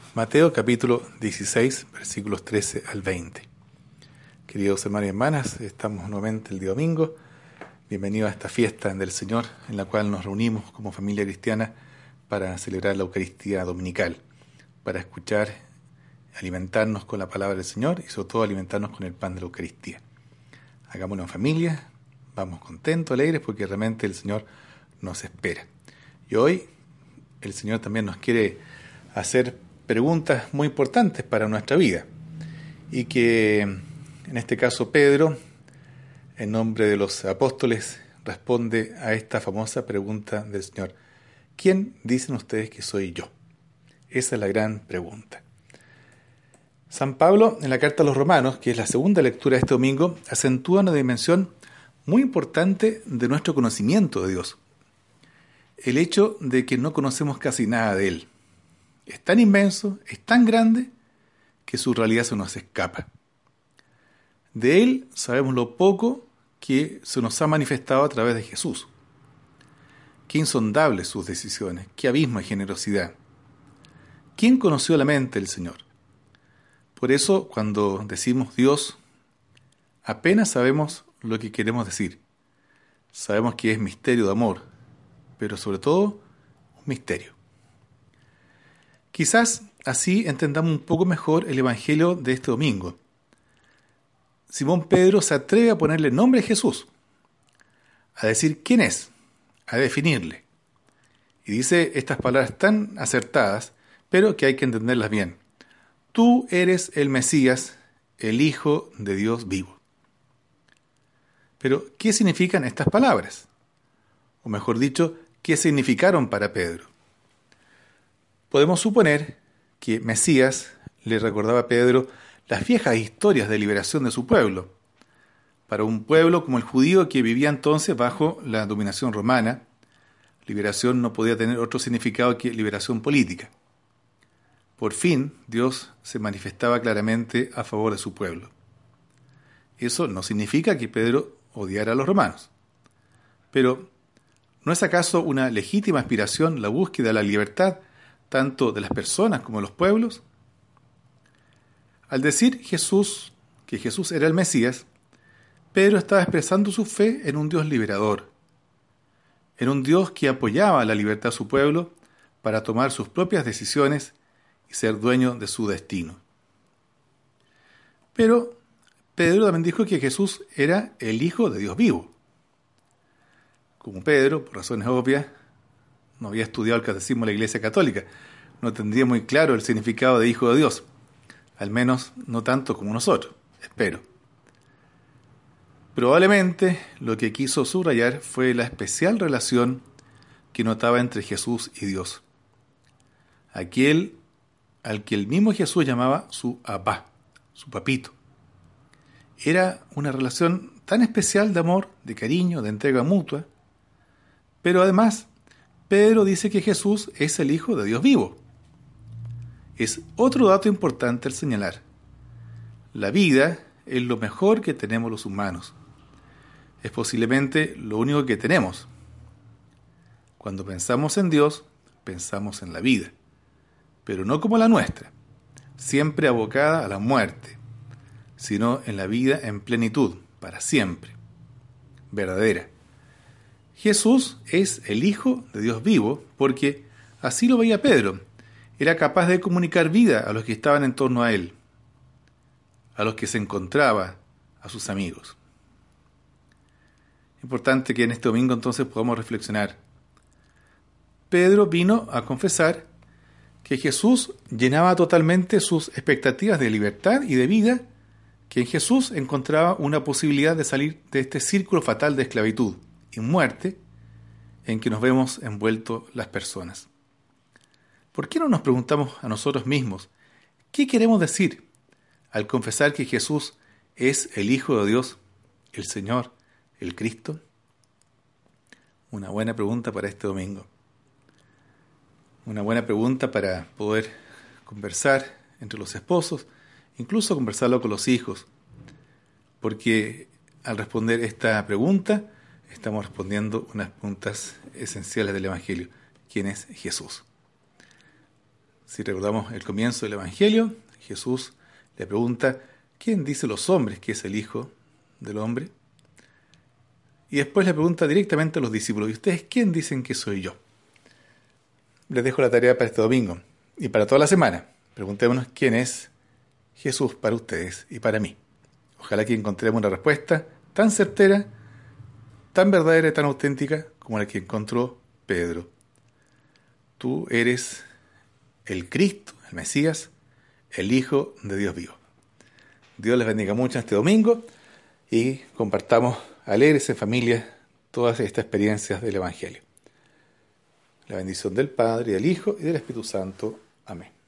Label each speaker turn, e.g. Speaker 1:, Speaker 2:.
Speaker 1: Mateo capítulo 16, versículos 13 al 20. Queridos hermanos y hermanas, estamos nuevamente el día domingo. Bienvenidos a esta fiesta del Señor, en la cual nos reunimos como familia cristiana para celebrar la Eucaristía dominical, para escuchar, alimentarnos con la palabra del Señor y sobre todo alimentarnos con el pan de la Eucaristía. Hagámoslo en familia, vamos contentos, alegres, porque realmente el Señor nos espera. Y hoy el Señor también nos quiere hacer preguntas muy importantes para nuestra vida, y que en este caso Pedro, en nombre de los apóstoles, responde a esta famosa pregunta del Señor: ¿quién dicen ustedes que soy yo? Esa es la gran pregunta. San Pablo, en la carta a los Romanos, que es la segunda lectura de este domingo, acentúa una dimensión muy importante de nuestro conocimiento de Dios: el hecho de que no conocemos casi nada de Él. Es tan inmenso, es tan grande, que su realidad se nos escapa. De Él sabemos lo poco que se nos ha manifestado a través de Jesús. Qué insondables sus decisiones, qué abismo de generosidad. ¿Quién conoció la mente del Señor? Por eso, cuando decimos Dios, apenas sabemos lo que queremos decir. Sabemos que es misterio de amor, pero sobre todo, un misterio. Quizás así entendamos un poco mejor el Evangelio de este domingo. Simón Pedro se atreve a ponerle nombre a Jesús, a decir quién es, a definirle. Y dice estas palabras tan acertadas, pero que hay que entenderlas bien. Tú eres el Mesías, el Hijo de Dios vivo. Pero, ¿qué significan estas palabras? O mejor dicho, ¿qué significaron para Pedro? Podemos suponer que Mesías le recordaba a Pedro las viejas historias de liberación de su pueblo. Para un pueblo como el judío, que vivía entonces bajo la dominación romana, liberación no podía tener otro significado que liberación política. Por fin, Dios se manifestaba claramente a favor de su pueblo. Eso no significa que Pedro odiara a los romanos. Pero, ¿no es acaso una legítima aspiración la búsqueda de la libertad tanto de las personas como de los pueblos? Al decir Jesús que Jesús era el Mesías, Pedro estaba expresando su fe en un Dios liberador, en un Dios que apoyaba la libertad de su pueblo para tomar sus propias decisiones y ser dueño de su destino. Pero Pedro también dijo que Jesús era el Hijo de Dios vivo. Como Pedro, por razones obvias, no había estudiado el catecismo de la Iglesia Católica, no tendría muy claro el significado de Hijo de Dios, al menos no tanto como nosotros, espero. Probablemente lo que quiso subrayar fue la especial relación que notaba entre Jesús y Dios, aquel al que el mismo Jesús llamaba su Abba, su papito. Era una relación tan especial de amor, de cariño, de entrega mutua, pero además Pedro dice que Jesús es el Hijo de Dios vivo. Es otro dato importante al señalar. La vida es lo mejor que tenemos los humanos. Es posiblemente lo único que tenemos. Cuando pensamos en Dios, pensamos en la vida, pero no como la nuestra, siempre abocada a la muerte, sino en la vida en plenitud, para siempre, verdadera. Jesús es el Hijo de Dios vivo porque así lo veía Pedro. Era capaz de comunicar vida a los que estaban en torno a él, a los que se encontraba, a sus amigos. Importante que en este domingo entonces podamos reflexionar. Pedro vino a confesar que Jesús llenaba totalmente sus expectativas de libertad y de vida, que en Jesús encontraba una posibilidad de salir de este círculo fatal de esclavitud y muerte en que nos vemos envueltos las personas. ¿Por qué no nos preguntamos a nosotros mismos qué queremos decir al confesar que Jesús es el Hijo de Dios, el Señor, el Cristo? Una buena pregunta para este domingo. Una buena pregunta para poder conversar entre los esposos, incluso conversarlo con los hijos, porque al responder esta pregunta estamos respondiendo unas preguntas esenciales del Evangelio. ¿Quién es Jesús? Si recordamos el comienzo del Evangelio, Jesús le pregunta, ¿quién dice los hombres que es el Hijo del Hombre? Y después le pregunta directamente a los discípulos, ¿y ustedes quién dicen que soy yo? Les dejo la tarea para este domingo y para toda la semana. Preguntémonos quién es Jesús para ustedes y para mí. Ojalá que encontremos una respuesta tan certera, tan verdadera y tan auténtica como la que encontró Pedro. Tú eres el Cristo, el Mesías, el Hijo de Dios vivo. Dios les bendiga mucho este domingo y compartamos alegres en familia todas estas experiencias del Evangelio. La bendición del Padre, y del Hijo y del Espíritu Santo. Amén.